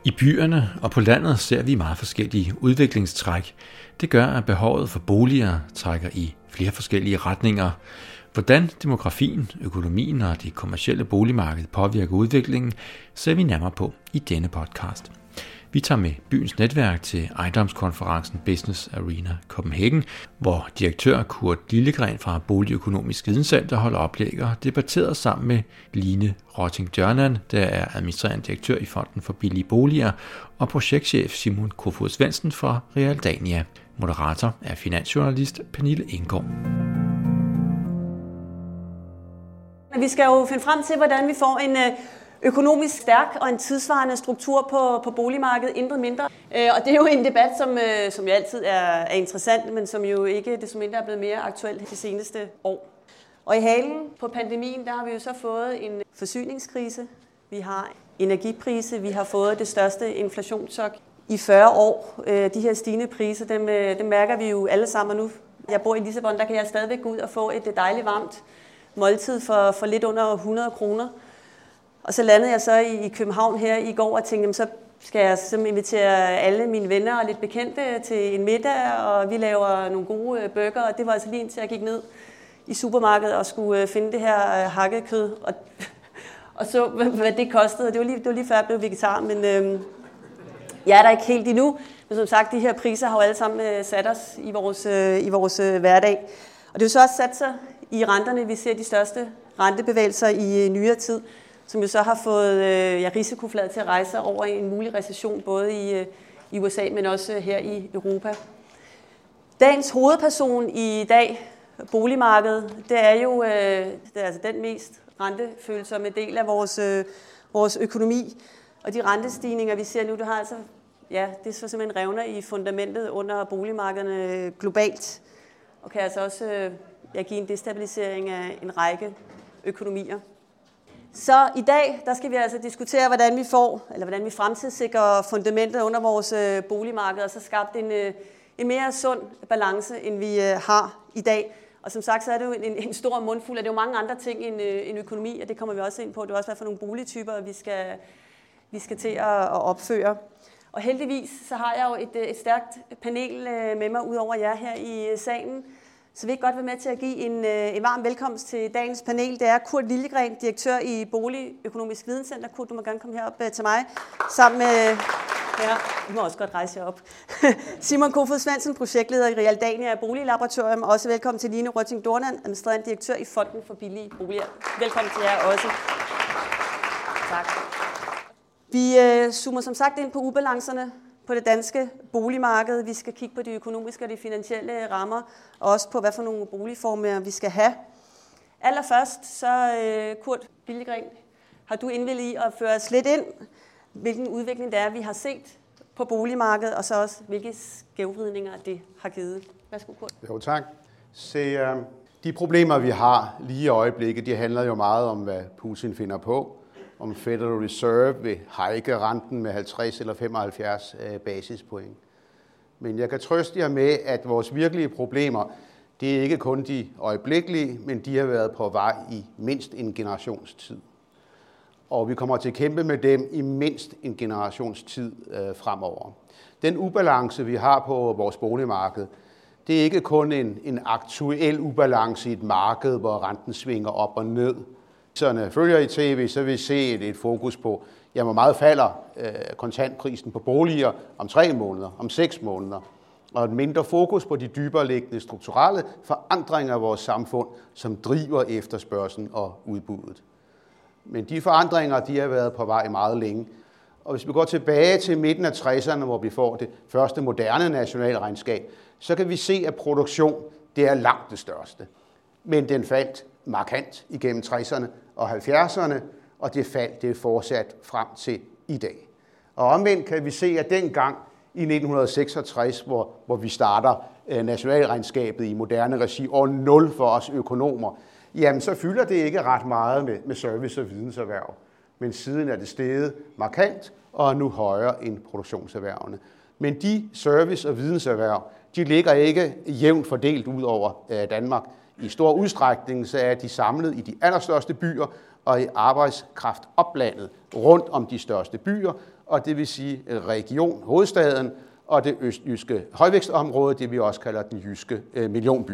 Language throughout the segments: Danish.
I byerne og på landet ser vi meget forskellige udviklingstræk. Det gør, at behovet for boliger trækker i flere forskellige retninger. Hvordan demografien, økonomien og det kommercielle boligmarked påvirker udviklingen, ser vi nærmere på i denne podcast. Vi tager med byens netværk til ejendomskonferencen Business Arena Copenhagen, hvor direktør Kurt Lillegren fra Boligøkonomisk Videnscenter holder oplæg og debatterer sammen med Line Rotting Jørnan, der er administrerende direktør i Fonden for Billige Boliger, og projektchef Simon Kofod Svendsen fra Realdania. Moderator er finansjournalist Pernille Enggaard. Vi skal jo finde frem til, hvordan vi får en økonomisk stærk og en tidsvarende struktur på boligmarkedet, intet mindre. Og det er jo en debat, som jo altid er interessant, men som jo ikke desto mindre er blevet mere aktuel de seneste år. Og i halen på pandemien, der har vi jo så fået en forsyningskrise, vi har energikrise, vi har fået det største inflationschok i 40 år. De her stigende priser, dem mærker vi jo alle sammen nu. Jeg bor i Lissabon, der kan jeg stadigvæk gå ud og få et dejligt varmt måltid for lidt under 100 kroner. Og så landede jeg så i København her i går og tænkte, så skal jeg simpelthen invitere alle mine venner og lidt bekendte til en middag, og vi laver nogle gode burger, og det var altså lige indtil jeg gik ned i supermarkedet og skulle finde det her hakkekød, og så hvad det kostede. Det var lige før jeg blev vegetar, men jeg er der ikke helt endnu. Men som sagt, de her priser har jo alle sammen sat os i vores hverdag. Og det er jo så også sat sig i renterne. Vi ser de største rentebevægelser i nyere tid, som jo så har fået risikofladet til at rejse over en mulig recession, både i USA, men også her i Europa. Dagens hovedperson i dag, boligmarkedet, det er jo det er altså den mest rentefølsomme del af vores økonomi. Og de rentestigninger, vi ser nu, det er så simpelthen revner i fundamentet under boligmarkederne globalt, og kan altså også give en destabilisering af en række økonomier. Så i dag, der skal vi altså diskutere, hvordan vi fremtidssikrer fundamentet under vores boligmarked, og så skabt en mere sund balance, end vi har i dag. Og som sagt, så er det jo en stor mundfuld, og det er jo mange andre ting end økonomi, og det kommer vi også ind på. Det er også, hvad for nogle boligtyper, vi skal til at opføre. Og heldigvis, så har jeg jo et stærkt panel med mig, ud over jer her i salen. Så vil jeg godt være med til at give en varm velkomst til dagens panel. Det er Kurt Lillegren, direktør i Boligøkonomisk Videnscenter. Kurt, du må gerne komme herop til mig. Sammen med... Ja, du må også godt rejse jer op. Simon Kofod Svendsen, projektleder i Realdania Boliglaboratorium. Også velkommen til Line Rotting Jørnan, administrerende direktør i Fonden for Billige Boliger. Velkommen til jer også. Tak. Vi zoomer som sagt ind på ubalancerne på det danske boligmarked. Vi skal kigge på de økonomiske og de finansielle rammer, og også på, hvad for nogle boligformer vi skal have. Allerførst, så Kurt Lillegren, har du indvilget i at føre os lidt ind, hvilken udvikling det er, vi har set på boligmarkedet, og så også, hvilke skævvridninger det har givet. Værsgo, Kurt. Jo, tak. Se, de problemer, vi har lige i øjeblikket, de handler jo meget om, hvad Putin finder på. Om Federal Reserve vil hike renten med 50 eller 75 basispoint. Men jeg kan trøste jer med, at vores virkelige problemer, det er ikke kun de øjeblikkelige, men de har været på vej i mindst en generationstid. Og vi kommer til at kæmpe med dem i mindst en generationstid fremover. Den ubalance, vi har på vores boligmarked, det er ikke kun en aktuel ubalance i et marked, hvor renten svinger op og ned. Når følger i tv, så vil I se et fokus på, hvor meget falder kontantprisen på boliger om 3 måneder, om 6 måneder. Og et mindre fokus på de dybere liggende strukturelle forandringer af vores samfund, som driver efterspørgslen og udbuddet. Men de forandringer, de har været på vej meget længe. Og hvis vi går tilbage til midten af 60'erne, hvor vi får det første moderne nationalregnskab, så kan vi se, at produktion, det er langt det største. Men den faldt markant igennem 60'erne og 70'erne, og det fald det er fortsat frem til i dag. Og omvendt kan vi se, at dengang i 1966, hvor vi starter nationalregnskabet i moderne regi, år 0 for os økonomer, jamen så fylder det ikke ret meget med service- og videnserhverv. Men siden er det steget markant, og er nu højere end produktionserhvervene. Men de service- og videnserhverv, de ligger ikke jævnt fordelt ud over Danmark. I stor udstrækning så er de samlet i de allerstørste byer, og i arbejdskraftoplandet rundt om de største byer, og det vil sige region, hovedstaden og det østjyske højvækstområde, det vi også kalder den jyske millionby.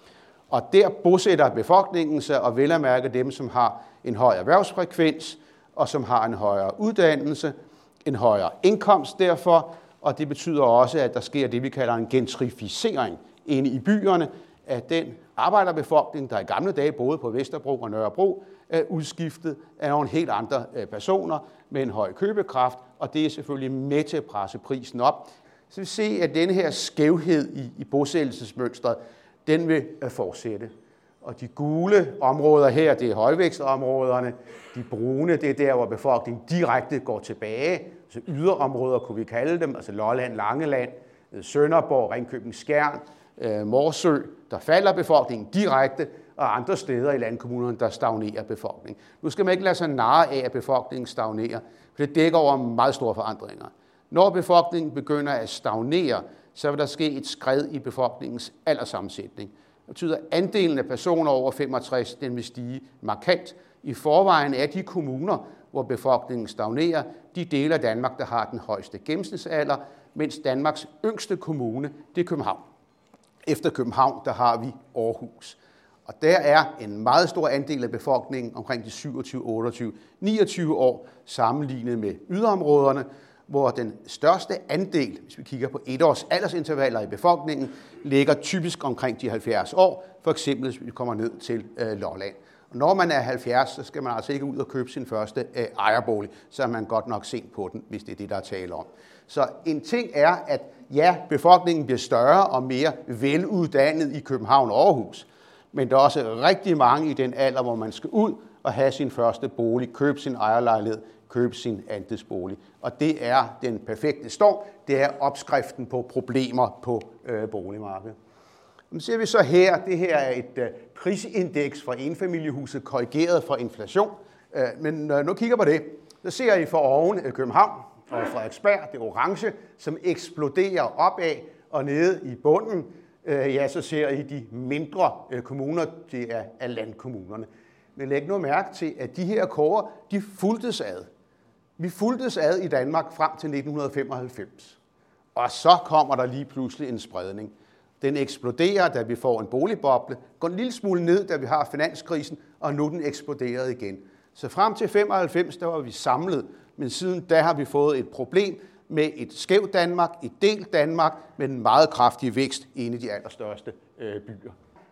Og der bosætter befolkningen sig, og vel at mærke dem, som har en høj erhvervsfrekvens, og som har en højere uddannelse, en højere indkomst derfor, og det betyder også, at der sker det, vi kalder en gentrificering inde i byerne, at den arbejderbefolkning, der i gamle dage boede på Vesterbro og Nørrebro, er udskiftet af nogle helt andre personer med en høj købekraft, og det er selvfølgelig med til at presse prisen op. Så vi ser, at denne her skævhed i bosættelsesmønstret, den vil fortsætte. Og de gule områder her, det er højvækstområderne. De brune, det er der, hvor befolkningen direkte går tilbage. Så yderområder kunne vi kalde dem, altså Lolland, Langeland, Sønderborg, Ringkøbing Skjern, Morsø. Der falder befolkningen direkte, og andre steder i landkommunerne, der stagnerer befolkningen. Nu skal man ikke lade sig narre af, at befolkningen stagnerer, for det dækker over meget store forandringer. Når befolkningen begynder at stagnere, så vil der ske et skred i befolkningens alderssammensætning. Det betyder, at andelen af personer over 65, den vil stige markant. I forvejen er de kommuner, hvor befolkningen stagnerer, de dele af Danmark, der har den højeste gennemsnitsalder, mens Danmarks yngste kommune, det er København. Efter København, der har vi Aarhus. Og der er en meget stor andel af befolkningen, omkring de 27, 28, 29 år, sammenlignet med yderområderne, hvor den største andel, hvis vi kigger på 1 års aldersintervaller i befolkningen, ligger typisk omkring de 70 år, for eksempel hvis vi kommer ned til Lolland. Og når man er 70, så skal man altså ikke ud og købe sin første ejerbolig, så er man godt nok sent på den, hvis det er det, der er tale om. Så en ting er, at ja, befolkningen bliver større og mere veluddannet i København og Aarhus, men der er også rigtig mange i den alder, hvor man skal ud og have sin første bolig, købe sin ejerlejlighed, købe sin andelsbolig. Og det er den perfekte storm. Det er opskriften på problemer på boligmarkedet. Nu ser vi så her, det her er et prisindeks for enfamiliehuset korrigeret for inflation. Men når jeg nu kigger på det, så ser I for oven København og Frederiksberg, det orange, som eksploderer opad og nede i bunden. Ja, så ser I de mindre kommuner, det er landkommunerne. Men læg nu mærke til, at de her kurver, de fulgtes ad. Vi fulgtes ad i Danmark frem til 1995. Og så kommer der lige pludselig en spredning. Den eksploderer, da vi får en boligboble, går en lille smule ned, da vi har finanskrisen, og nu er den eksploderet igen. Så frem til 95, der var vi samlet, men siden da har vi fået et problem med et skævt Danmark, et delt Danmark, med en meget kraftig vækst inde i de allerstørste byer.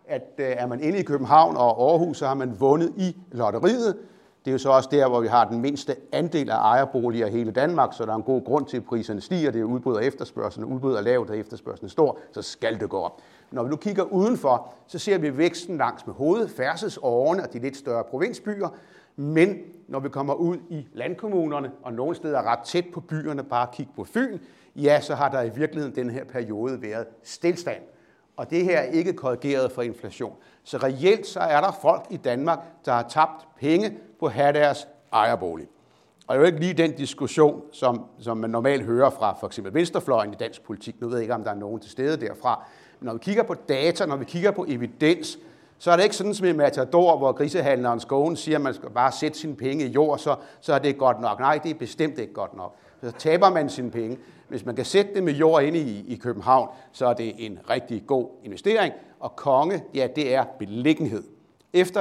Er man inde i København og Aarhus, så har man vundet i lotteriet. Det er jo så også der, hvor vi har den mindste andel af ejerboliger i hele Danmark, så der er en god grund til, at priserne stiger. Det er udbud og efterspørgsel. Udbud er lavt, og efterspørgselen stor, så skal det gå op. Når vi nu kigger udenfor, så ser vi væksten langs med hovedfærdselsårene og de lidt større provinsbyer. Men når vi kommer ud i landkommunerne, og nogle steder ret tæt på byerne, bare kig på Fyn, ja, så har der i virkeligheden den her periode været stilstand. Og det her er ikke korrigeret for inflation. Så reelt så er der folk i Danmark, der har tabt penge på at have deres ejerbolig. Og det er jo ikke lige den diskussion, som man normalt hører fra for eksempel venstrefløjen i dansk politik. Nu ved jeg ikke, om der er nogen til stede derfra. Men når vi kigger på data, når vi kigger på evidens, så er det ikke sådan som i Matador, hvor grisehandleren Skoven siger, at man skal bare sætte sine penge i jord, så er det godt nok. Nej, det er bestemt ikke godt nok. Så taber man sine penge. Hvis man kan sætte det med jord inde i København, så er det en rigtig god investering. Og konge, ja, det er beliggenhed. Efter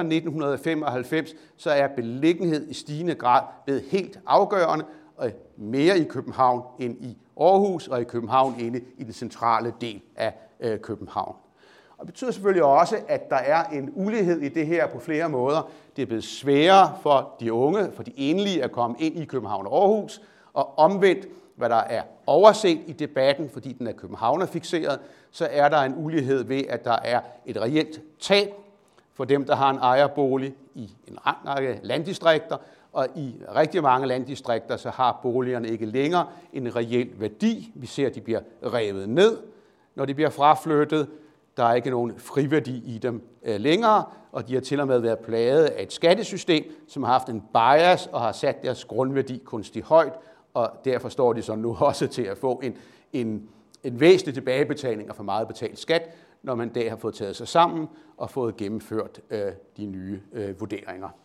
1995, så er beliggenhed i stigende grad blevet helt afgørende, og mere i København end i Aarhus, og i København inde i den centrale del af København. Og det betyder selvfølgelig også, at der er en ulighed i det her på flere måder. Det er blevet sværere for de unge, for de enlige at komme ind i København og Aarhus, og omvendt, hvad der er overset i debatten, fordi den er københavnerfikseret, så er der en ulighed ved, at der er et reelt tab for dem, der har en ejerbolig i en række landdistrikter, og i rigtig mange landdistrikter, så har boligerne ikke længere en reel værdi. Vi ser, at de bliver revet ned, når de bliver fraflyttet. Der er ikke nogen friværdi i dem længere, og de har til og med været plaget af et skattesystem, som har haft en bias og har sat deres grundværdi kunstigt højt, og derfor står de så nu også til at få en væsentlig tilbagebetaling og for meget betalt skat, når man der har fået taget sig sammen og fået gennemført de nye vurderinger.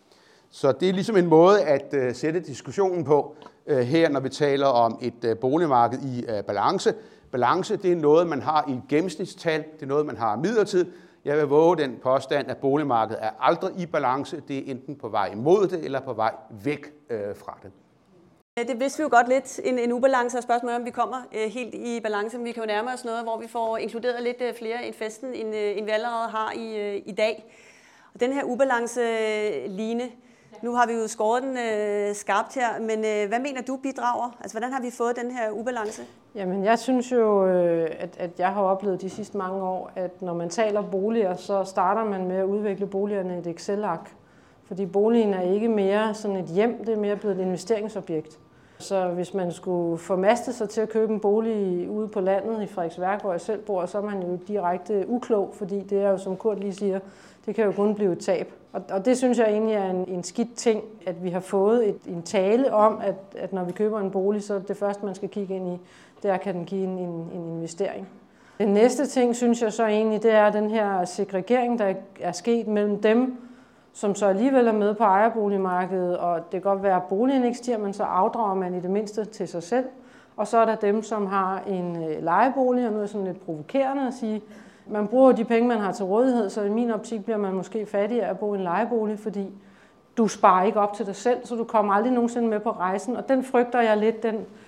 Så det er ligesom en måde at sætte diskussionen på her, når vi taler om et boligmarked i balance. Balance, det er noget, man har i et gennemsnitstal, det er noget, man har midlertidigt. Jeg vil våge den påstand, at boligmarkedet er aldrig i balance. Det er enten på vej imod det, eller på vej væk fra det. Det vidste vi jo godt lidt, en ubalance, og spørgsmålet om vi kommer helt i balance, men vi kan jo nærme os noget, hvor vi får inkluderet lidt flere end festen, end vi allerede har i dag. Og den her ubalance, Line, nu har vi jo skåret den skarpt her, men hvad mener du bidrager? Altså, hvordan har vi fået den her ubalance? Jamen, jeg synes jo, at jeg har oplevet de sidste mange år, at når man taler boliger, så starter man med at udvikle boligerne i et Excel-ark. Fordi boligen er ikke mere sådan et hjem, det er mere blevet et investeringsobjekt. Så hvis man skulle formaste sig til at købe en bolig ude på landet i Frederiksværk, hvor jeg selv bor, så er man jo direkte uklog, fordi det er jo, som Kurt lige siger, det kan jo kun blive et tab. Og det synes jeg egentlig er en skidt ting, at vi har fået en tale om, at når vi køber en bolig, så det første, man skal kigge ind i, der kan den give en investering. Den næste ting, synes jeg så egentlig, det er den her segregering, der er sket mellem dem, som så alligevel er med på ejerboligmarkedet, og det kan godt være, at boligen ikke stiger, men så afdrager man i det mindste til sig selv. Og så er der dem, som har en lejebolig, og nu er sådan lidt provokerende at sige, man bruger de penge, man har til rådighed, så i min optik bliver man måske fattig af at bo i en lejebolig, fordi du sparer ikke op til dig selv, så du kommer aldrig nogensinde med på rejsen. Og den frygter jeg lidt,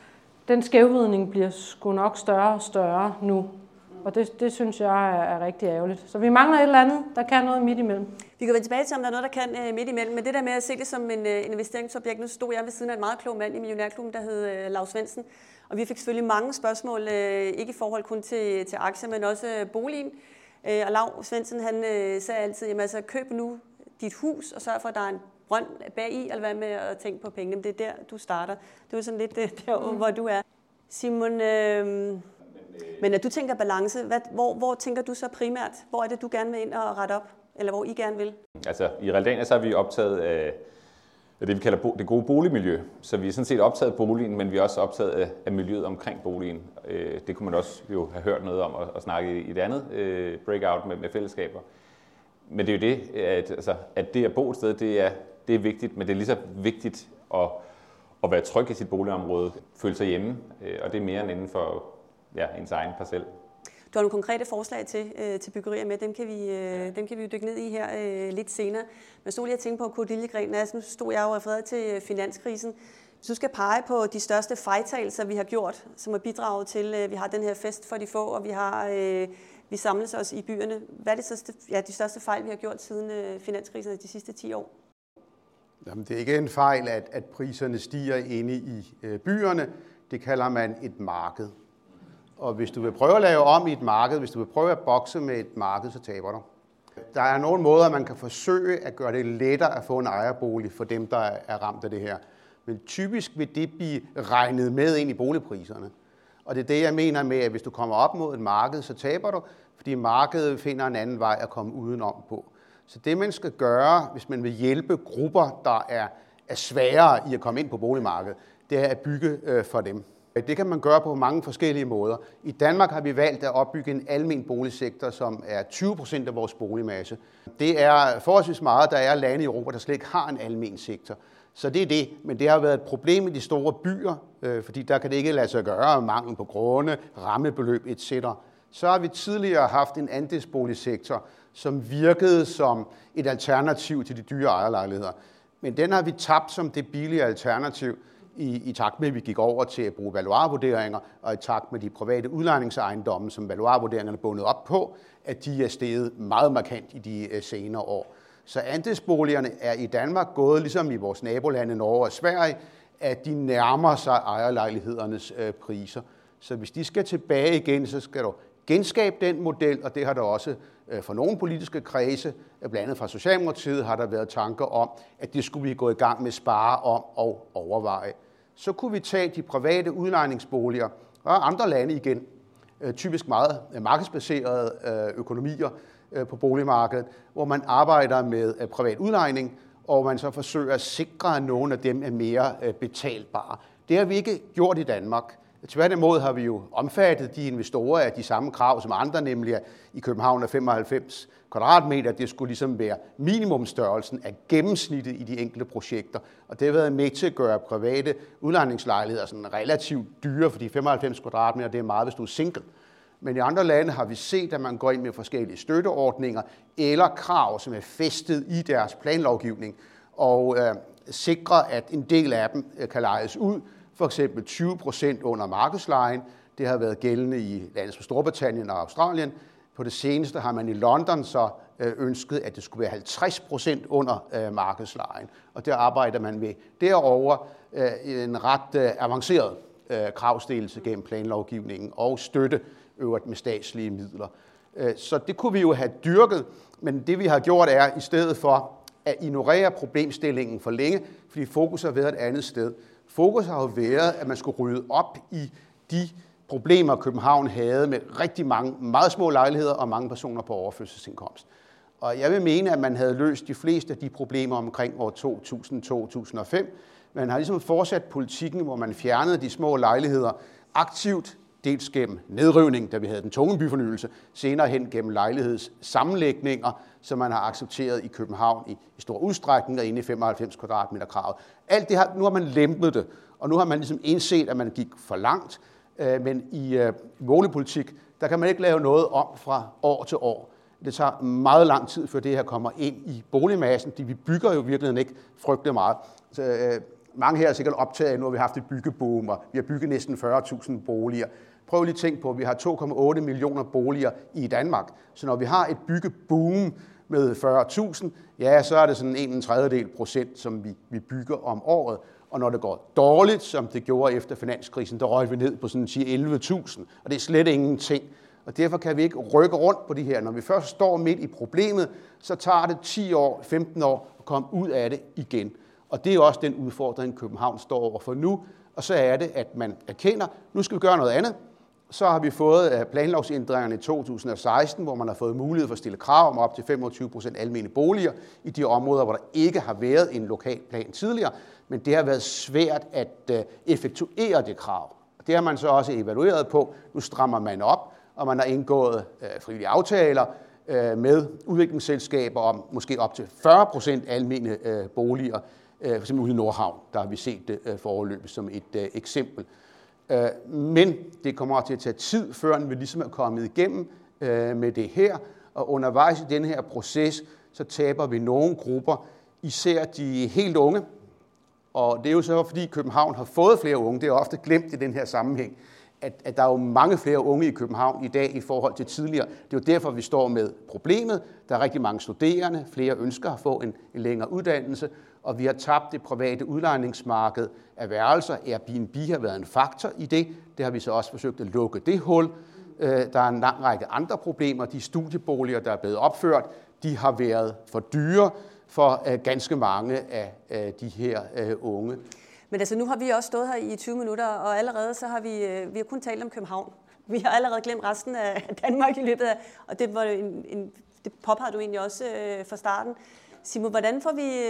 den skævvridning bliver sgu nok større og større nu. Og det synes jeg er rigtig ærgerligt. Så vi mangler et eller andet, der kan noget midt imellem. Vi kan vende tilbage til, om der er noget, der kan midt imellem. Men det der med at se det som en investeringsobjekt, nu stod jeg ved siden af en meget klog mand i Millionærklubben, der hed Lars Svendsen. Og vi fik selvfølgelig mange spørgsmål, ikke i forhold kun til aktier, men også boligen. Og Lars Svendsen, han sagde altid, jamen altså køb nu dit hus, og sørg for, at der er en brønd bagi, eller hvad med at tænke på pengene. Men det er der, du starter. Det er sådan lidt der, hvor du er. Simon, men når du tænker balance, hvor tænker du så primært? Hvor er det, du gerne vil ind og rette op? Eller hvor I gerne vil? Altså, i Realdania så er vi optaget af det, vi kalder det gode boligmiljø. Så vi er sådan set optaget af boligen, men vi er også optaget af miljøet omkring boligen. Det kunne man også jo have hørt noget om og snakke i det andet breakout med fællesskaber. Men det er jo det, at det at bo et sted, det er vigtigt, men det er lige så vigtigt at være tryg i sit boligområde, føle sig hjemme, og det er mere end inden for ens egen parcel. Du har nogle konkrete forslag til byggerier med, dem kan vi jo dykke ned i her lidt senere. Men så lige at tænke på Kurt Liljegren, altså nu stod jeg jo refereret til finanskrisen. Hvis du skal pege på de største fejltagelser, vi har gjort, som har bidraget til, at vi har den her fest for de få, og vi samles os i byerne. Hvad er de største fejl, vi har gjort siden finanskrisen de sidste 10 år? Jamen, det er ikke en fejl, at priserne stiger inde i byerne. Det kalder man et marked. Og hvis du vil prøve at lave om i et marked, hvis du vil prøve at bokse med et marked, så taber du. Der er nogle måder, man kan forsøge at gøre det lettere at få en ejerbolig for dem, der er ramt af det her. Men typisk vil det blive regnet med ind i boligpriserne. Og det er det, jeg mener med, at hvis du kommer op mod et marked, så taber du, fordi markedet finder en anden vej at komme udenom på. Så det, man skal gøre, hvis man vil hjælpe grupper, der er sværere i at komme ind på boligmarkedet, det er at bygge for dem. Det kan man gøre på mange forskellige måder. I Danmark har vi valgt at opbygge en almen boligsektor, som er 20% af vores boligmasse. Det er forholdsvis meget, der er lande i Europa, der slet ikke har en almen sektor. Så det er det, men det har været et problem i de store byer, fordi der kan det ikke lade sig gøre, mangel på grunde, rammebeløb etc. Så har vi tidligere haft en andelsboligsektor, som virkede som et alternativ til de dyre ejerlejligheder. Men den har vi tabt som det billige alternativ, i takt med, at vi gik over til at bruge valuarvurderinger, og i takt med de private udlejningsejendomme, som valuarvurderingerne er bundet op på, at de er steget meget markant i de senere år. Så andelsboligerne er i Danmark gået, ligesom i vores nabolande Norge og Sverige, at de nærmer sig ejerlejlighedernes priser. Så hvis de skal tilbage igen, så skal du genskabe den model, og det har der også for nogle politiske kredse, blandt andet fra Socialdemokratiet, har der været tanker om, at det skulle vi gå i gang med at spare om og overveje. Så kunne vi tage de private udlejningsboliger og andre lande igen, typisk meget markedsbaserede økonomier på boligmarkedet, hvor man arbejder med privat udlejning, og man så forsøger at sikre, at nogle af dem er mere betalbare. Det har vi ikke gjort i Danmark. Tværtimod har vi jo omfattet de investorer af de samme krav som andre, nemlig at i København er 95 kvadratmeter. Det skulle ligesom være minimumstørrelsen af gennemsnittet i de enkelte projekter. Og det har været med til at gøre private udlejningslejligheder sådan relativt dyre, fordi 95 kvadratmeter det er meget, hvis du er single. Men i andre lande har vi set, at man går ind med forskellige støtteordninger eller krav, som er fæstet i deres planlovgivning, og sikrer, at en del af dem kan lejes ud, for eksempel 20% under markedslejen. Det har været gældende i lande som Storbritannien og Australien. På det seneste har man i London så ønsket, at det skulle være 50% under markedslejen. Og der arbejder man med derover en ret avanceret kravstillelse gennem planlovgivningen og støtte øvrigt med statslige midler. Så det kunne vi jo have dyrket, men det vi har gjort er i stedet for at ignorere problemstillingen for længe, fordi fokus har været et andet sted. Fokus har jo været, at man skulle rydde op i de problemer, København havde med rigtig mange meget små lejligheder og mange personer på overførselsindkomst. Og jeg vil mene, at man havde løst de fleste af de problemer omkring år 2000-2005. Man har ligesom fortsat politikken, hvor man fjernede de små lejligheder aktivt, dels gennem nedrivning, da vi havde den tunge byfornyelse, senere hen gennem lejlighedssammenlægninger, som man har accepteret i København i stor udstrækning og inde i 95 kvadratmeter kravet. Alt det her, nu har man lempet det, og nu har man ligesom indset, at man gik for langt, men i boligpolitik, der kan man ikke lave noget om fra år til år. Det tager meget lang tid, før det her kommer ind i boligmassen, fordi vi bygger jo virkelig ikke frygtelig meget. Så, mange her er sikkert optaget af, nu har vi haft et byggeboom, og vi har bygget næsten 40.000 boliger. Prøv lige at tænke på, at vi har 2,8 millioner boliger i Danmark. Så når vi har et byggeboom med 40.000, ja, så er det sådan 1,33%, som vi bygger om året. Og når det går dårligt, som det gjorde efter finanskrisen, der røg vi ned på sådan 11.000, og det er slet ingenting. Og derfor kan vi ikke rykke rundt på de her. Når vi først står midt i problemet, så tager det 10 år, 15 år at komme ud af det igen. Og det er også den udfordring, København står overfor nu. Og så er det, at man erkender, nu skal vi gøre noget andet. Så har vi fået planlovsændringerne i 2016, hvor man har fået mulighed for at stille krav om op til 25% almene boliger i de områder, hvor der ikke har været en lokal plan tidligere. Men det har været svært at effektuere det krav. Det har man så også evalueret på. Nu strammer man op, og man har indgået frivillige aftaler med udviklingsselskaber om måske op til 40% almene boliger, for eksempel ude i Nordhavn. Der har vi set det foreløbig som et eksempel. Men det kommer til at tage tid, før vi ligesom er kommet igennem med det her. Og undervejs i den her proces, så taber vi nogle grupper, især de helt unge. Og det er jo så, fordi København har fået flere unge. Det er ofte glemt i den her sammenhæng, at der er jo mange flere unge i København i dag i forhold til tidligere. Det er jo derfor, vi står med problemet. Der er rigtig mange studerende, flere ønsker at få en længere uddannelse, og vi har tabt det private udlejningsmarked af værelser. Airbnb har været en faktor i det. Det har vi så også forsøgt at lukke det hul. Der er en lang række andre problemer. De studieboliger, der er blevet opført, de har været for dyre for ganske mange af de her unge. Men altså, nu har vi også stået her i 20 minutter, og allerede så har vi har kun talt om København. Vi har allerede glemt resten af Danmark i løbet af, og det var det påpegede du egentlig også fra starten. Simon, hvordan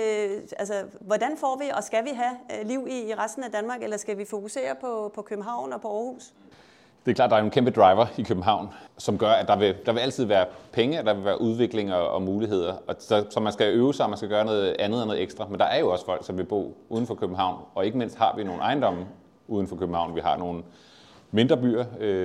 får vi, og skal vi have liv i resten af Danmark, eller skal vi fokusere på København og på Aarhus? Det er klart, der er en kæmpe driver i København, som gør, at der vil altid være penge, at der vil være udvikling og muligheder. Og så man skal øve sig, og man skal gøre noget andet og noget ekstra. Men der er jo også folk, som vil bo uden for København. Og ikke mindst har vi nogle ejendomme uden for København. Vi har nogle mindre byer,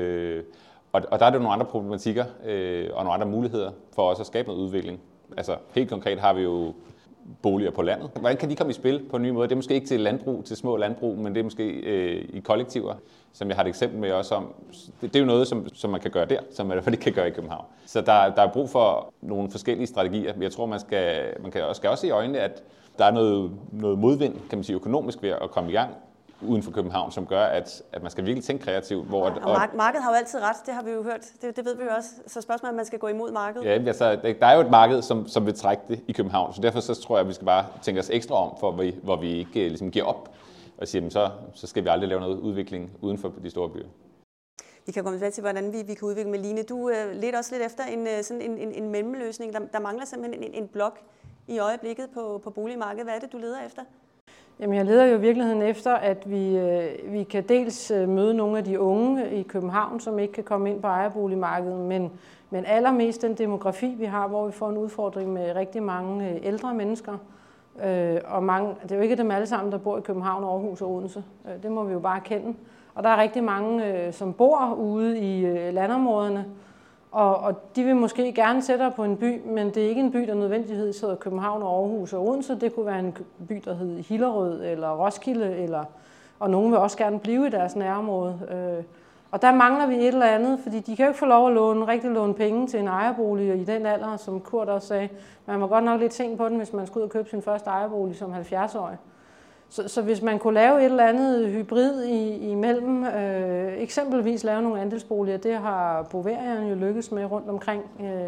og der er det nogle andre problematikker og nogle andre muligheder for også at skabe noget udvikling. Altså helt konkret har vi jo boliger på landet. Hvordan kan de komme i spil på en ny måde? Det er måske ikke til landbrug, til små landbrug, men det er måske i kollektiver, som jeg har et eksempel med også om. Det er jo noget, som man kan gøre der, som man i hvert fald ikke kan gøre i København. Så der er brug for nogle forskellige strategier. Jeg tror, man skal også se i øjnene, at der er noget modvind, kan man sige, økonomisk ved at komme i gang uden for København, som gør, at man skal virkelig tænke kreativt. Og markedet har jo altid ret, det har vi jo hørt. Det ved vi jo også. Så spørgsmålet er, at man skal gå imod markedet. Ja, altså, der er jo et marked, som vil trække det i København, så derfor så tror jeg, at vi skal bare tænke os ekstra om, hvor vi ikke ligesom giver op og siger, så skal vi aldrig lave noget udvikling uden for de store byer. Vi kan komme tilbage til, hvordan vi kan udvikle med Line. Du ledte også lidt efter en mellemløsning. Der mangler simpelthen en blok i øjeblikket på boligmarkedet. Hvad er det, du leder efter? Jamen, jeg leder jo i virkeligheden efter, at vi kan dels møde nogle af de unge i København, som ikke kan komme ind på ejerboligmarkedet, men allermest den demografi, vi har, hvor vi får en udfordring med rigtig mange ældre mennesker. Og det er jo ikke dem alle sammen, der bor i København, Aarhus og Odense. Det må vi jo bare kende. Og der er rigtig mange, som bor ude i landområderne, og de vil måske gerne tættere på en by, men det er ikke en by, der nødvendigvis hedder København og Aarhus og Odense. Det kunne være en by, der hedder Hillerød eller Roskilde, og nogen vil også gerne blive i deres nærområde. Og der mangler vi et eller andet, fordi de kan jo ikke få lov at låne penge til en ejerbolig i den alder, som Kurt også sagde. Man var godt nok lidt sent på den, hvis man skulle ud og købe sin første ejerbolig som 70-årig. Så hvis man kunne lave et eller andet hybrid imellem, eksempelvis lave nogle andelsboliger, det har Bovarian jo lykkes med rundt omkring,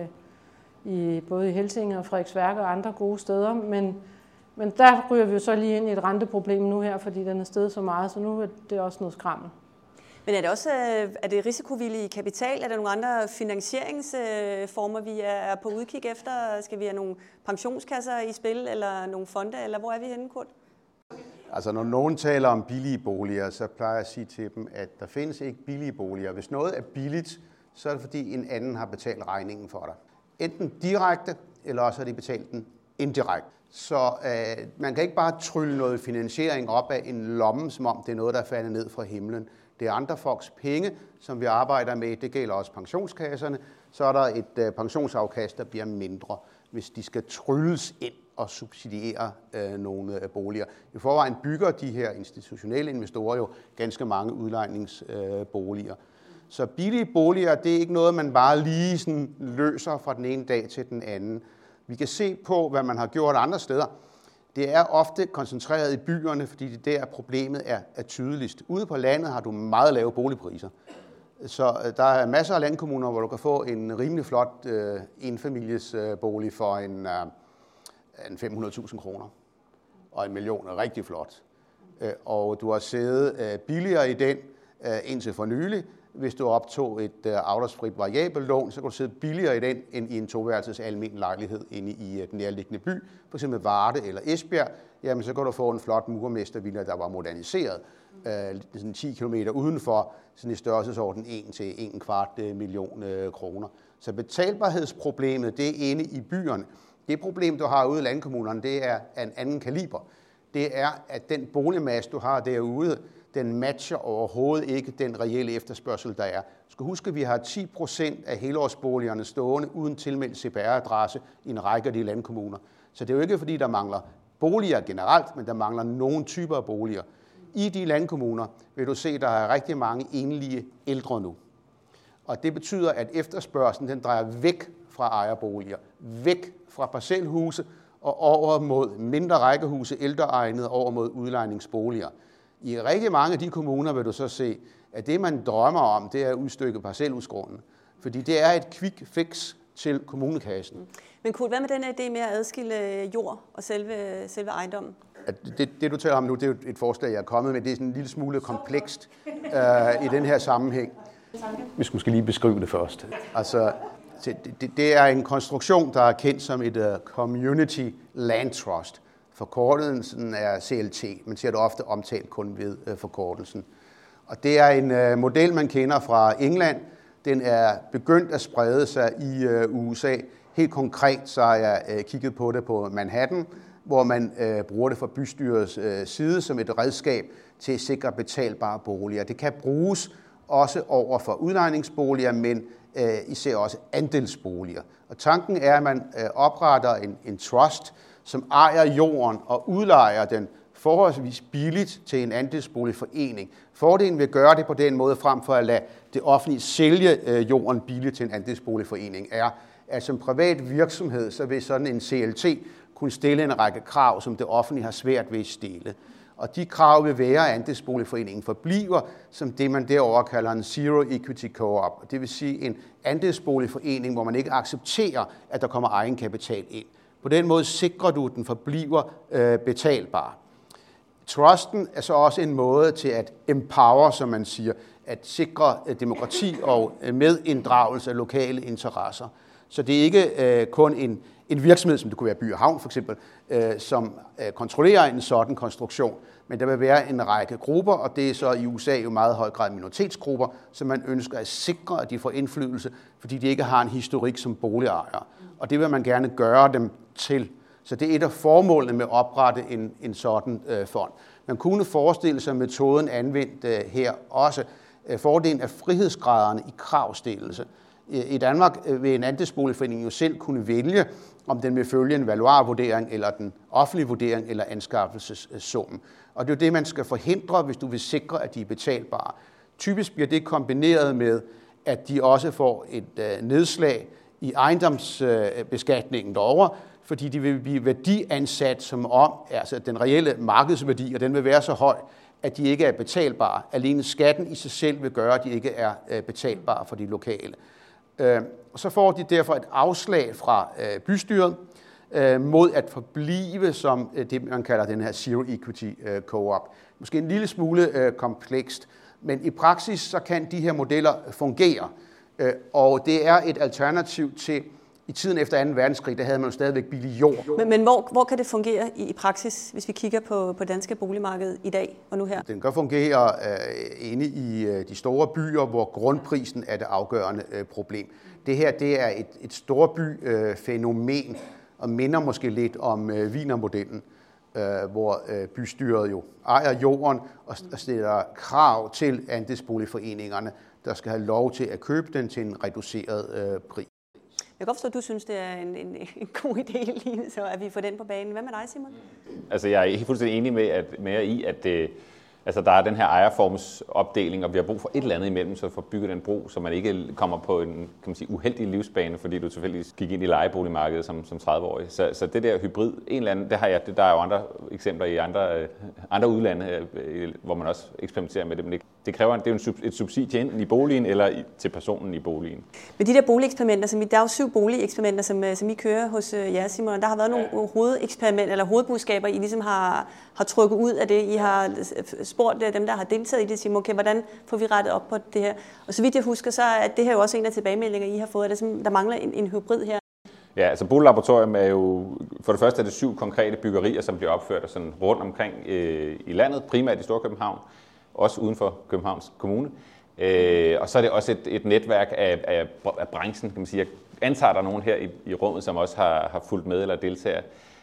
både i Helsinge og Frederiksværk og andre gode steder. Men der ryger vi jo så lige ind i et renteproblem nu her, fordi den er steget så meget, så nu er det også noget skrammel. Men er det risikovillig kapital? Er der nogle andre finansieringsformer, vi er på udkig efter? Skal vi have nogle pensionskasser i spil, eller nogle fonde, eller hvor er vi henne, Kurt? Altså når nogen taler om billige boliger, så plejer jeg at sige til dem, at der findes ikke billige boliger. Hvis noget er billigt, så er det fordi en anden har betalt regningen for dig. Enten direkte, eller også har de betalt den indirekte. Så man kan ikke bare trylle noget finansiering op af en lomme, som om det er noget, der er faldet ned fra himlen. Det er andre folks penge, som vi arbejder med. Det gælder også pensionskasserne. Så er der et pensionsafkast, der bliver mindre, hvis de skal trylles ind og subsidiere nogle boliger. I forvejen bygger de her institutionelle investorer jo ganske mange udlejningsboliger. Så billige boliger, det er ikke noget, man bare lige sådan løser fra den ene dag til den anden. Vi kan se på, hvad man har gjort andre steder. Det er ofte koncentreret i byerne, fordi det der problemet er tydeligst. Ude på landet har du meget lave boligpriser. Så der er masser af landkommuner, hvor du kan få en rimelig flot enfamilies bolig for en 500.000 kroner. Og 1 million er rigtig flot. Og du har siddet billigere i den indtil for nylig. Hvis du optog et afdragsfrit variabelt lån, så kan du sidde billigere i den end i en toværelses almen lejlighed inde i den nærliggende by. For eksempel Varde eller Esbjerg. Jamen så kan du få en flot murermestervilla, der var moderniseret. Sådan 10 km udenfor, sådan i størrelsesorden 1-1,25 million kroner. Så betalbarhedsproblemet, det er inde i byerne. Det problem, du har ude i landkommunerne, det er af en anden kaliber. Det er, at den boligmasse, du har derude, den matcher overhovedet ikke den reelle efterspørgsel, der er. Du skal huske, at vi har 10% af helårsboligerne stående uden tilmeldt CPR-adresse i en række af de landkommuner. Så det er jo ikke, fordi der mangler boliger generelt, men der mangler nogle typer af boliger. I de landkommuner vil du se, at der er rigtig mange enlige ældre nu. Og det betyder, at efterspørgselen den drejer væk fra ejerboliger, væk fra parcelhuse og over mod mindre rækkehuse, ældreegnede, over mod udlejningsboliger. I rigtig mange af de kommuner vil du så se, at det, man drømmer om, det er at udstykke parcelhusgrunden. Fordi det er et quick fix til kommunekassen. Men Kurt, hvad med den idé med at adskille jord og selve ejendommen? Det, du taler om nu, det er jo et forslag, jeg er kommet med. Det er sådan en lille smule komplekst i den her sammenhæng. Vi skulle måske lige beskrive det først. Altså, det er en konstruktion, der er kendt som et Community Land Trust. Forkortelsen er CLT, man ser det ofte omtalt kun ved forkortelsen. Og det er en model, man kender fra England. Den er begyndt at sprede sig i USA. Helt konkret så har jeg kigget på det på Manhattan, hvor man bruger det fra bystyrets side som et redskab til at sikre betalbare boliger. Det kan bruges også over for udlejningsboliger, men især også andelsboliger. Og tanken er, at man opretter en trust, som ejer jorden og udlejer den forholdsvis billigt til en andelsboligforening. Fordelen ved at gøre det på den måde, frem for at lade det offentlige sælge jorden billigt til en andelsboligforening, er, at som privat virksomhed, så vil sådan en CLT kunne stille en række krav, som det offentlige har svært ved at stille. Og de krav vil være, at andelsboligforeningen forbliver som det, man derover kalder en zero equity co-op. Det vil sige en andelsboligforening, hvor man ikke accepterer, at der kommer egenkapital ind. På den måde sikrer du, at den forbliver betalbar. Trusten er så også en måde til at empower, som man siger, at sikre demokrati og medinddragelse af lokale interesser. Så det er ikke kun en virksomhed, som det kunne være By og Havn for eksempel, som kontrollerer en sådan konstruktion. Men der vil være en række grupper, og det er så i USA jo meget høj grad minoritetsgrupper, som man ønsker at sikre, at de får indflydelse, fordi de ikke har en historik som boligejere. Og det vil man gerne gøre dem til. Så det er et af formålene med at oprette en sådan fond. Man kunne forestille sig metoden anvendt her også. Fordelen af frihedsgraderne i kravstillelse. I Danmark vil en andelsboligforening jo selv kunne vælge, om den vil følge en valuarvurdering, eller den offentlige vurdering, eller anskaffelsessummen. Og det er jo det, man skal forhindre, hvis du vil sikre, at de er betalbare. Typisk bliver det kombineret med, at de også får et nedslag i ejendomsbeskatningen derovre, fordi de vil blive værdiansat som om, altså den reelle markedsværdi, og den vil være så høj, at de ikke er betalbare. Alene skatten i sig selv vil gøre, at de ikke er betalbare for de lokale. Så får de derfor et afslag fra bystyret mod at forblive som det, man kalder den her Zero Equity Co-op. Måske en lille smule komplekst, men i praksis så kan de her modeller fungere. Og det er et alternativ til, i tiden efter 2. verdenskrig, der havde man jo stadigvæk billig jord. Men hvor kan det fungere i praksis, hvis vi kigger på danske boligmarked i dag og nu her? Den kan fungere inde i de store byer, hvor grundprisen er det afgørende problem. Det her det er et storbyfænomen, og minder måske lidt om Wienermodellen, hvor bystyret jo ejer jorden og stiller krav til andelsboligforeningerne, der skal have lov til at købe den til en reduceret pris. Jeg kan godt forstå, at du synes, det er en god idé, Line, så at vi får den på banen. Hvad med dig, Simon? Altså, jeg er fuldstændig enig med jer i, at der er den her ejerformsopdeling, og vi har brug for et eller andet imellem, så for at bygge den bro, så man ikke kommer på en, kan man sige, uheldig livsbane, fordi du tilfældig gik ind i lejeboligmarkedet som 30-årig. Så det der hybrid, en eller anden, der er jo andre eksempler i andre udlande, hvor man også eksperimenterer med det, men det kræver det er jo et subsidie enten i boligen eller til personen i boligen. Men de der boligeksperimenter, der er jo 7 boligeksperimenter, som I kører hos jer, Simon, og der har været nogle hovedeksperimenter eller hovedbudskaber, I ligesom har trykket ud af det. I har spurgt dem, der har deltaget i det, Simon, okay, hvordan får vi rettet op på det her? Og så vidt jeg husker, så er det her jo også en af tilbagemeldinger, I har fået, at der mangler en hybrid her. Ja, altså Boliglaboratorium er jo, for det første er det 7 konkrete byggerier, som bliver opført sådan rundt omkring i landet, primært i Storkøbenhavn, også uden for Københavns Kommune. Og så er det også et netværk af branchen, kan man sige. Jeg antager, der er nogen her i rummet, som også har fulgt med eller deltager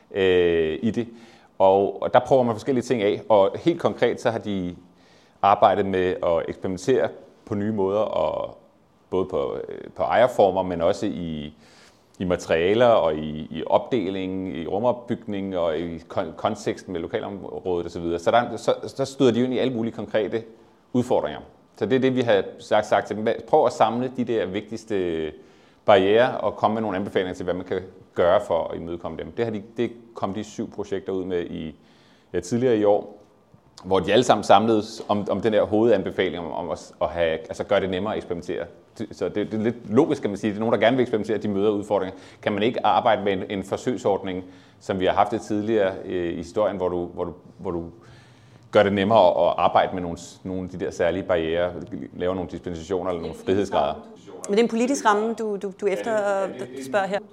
i det. Og der prøver man forskellige ting af, og helt konkret så har de arbejdet med at eksperimentere på nye måder, og både på ejerformer, men også i materialer og i opdelingen, i rumopbygning og i konteksten med lokalområdet osv. Så støder de jo ind i alle mulige konkrete udfordringer. Så det er det, vi har sagt til dem. Prøv at samle de der vigtigste barrierer og komme med nogle anbefalinger til, hvad man kan gøre for at imødekomme dem. Det kom de 7 projekter ud med tidligere i år, hvor de alle sammen samledes om den der hovedanbefaling om at gøre det nemmere at eksperimentere. Så det er lidt logisk, kan man sige. Det er nogen, der gerne vil eksperimentere, de møder udfordringer. Kan man ikke arbejde med en forsøgsordning, som vi har haft det tidligere i historien, hvor du gør det nemmere at arbejde med nogle af de der særlige barrierer, laver nogle dispensationer eller nogle frihedsgrader? Men det er en politisk ramme, du efterspørger her?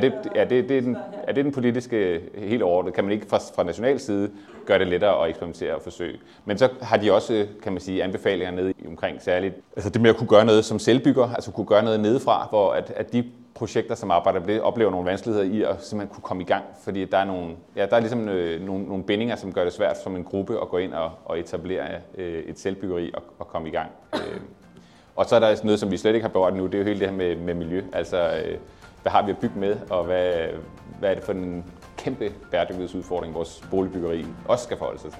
Er det den politiske helt overordnet? Kan man ikke fra national side gøre det lettere at eksperimentere og forsøge? Men så har de også, kan man sige, anbefalinger nede omkring særligt. Altså det med at kunne gøre noget som selvbygger, altså kunne gøre noget nedefra, hvor at de projekter, som arbejder med det, oplever nogle vanskeligheder i at simpelthen kunne komme i gang. Fordi der er ligesom nogle bindinger, som gør det svært som en gruppe at gå ind og etablere et selvbyggeri og komme i gang. Og så er der noget, som vi slet ikke har berørt nu, det er jo hele det her med miljø. Altså, hvad har vi at bygge med, og hvad er det for en kæmpe bæredygtighedsudfordring, vores boligbyggeri også skal forholde sig til.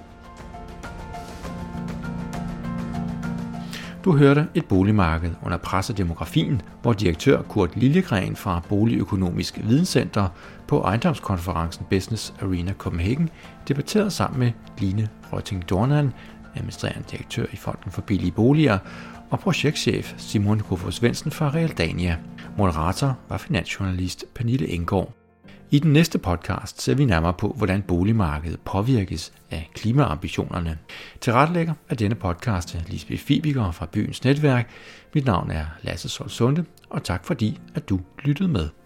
Du hørte Et boligmarked under pres af demografien, hvor direktør Kurt Liljegren fra Boligøkonomisk Videnscenter på ejendomskonferencen Business Arena Copenhagen debatterede sammen med Line Røtting Dornan, administrerende direktør i Fonden for Billige Boliger, og projektchef Simon Kofod Svendsen fra Realdania. Moderator var finansjournalist Pernille Enggaard. I den næste podcast ser vi nærmere på, hvordan boligmarkedet påvirkes af klimaambitionerne. Tilrettelægger af denne podcast Lisbeth Fibiger fra Byens Netværk. Mit navn er Lasse Solsunde, og tak fordi, at du lyttede med.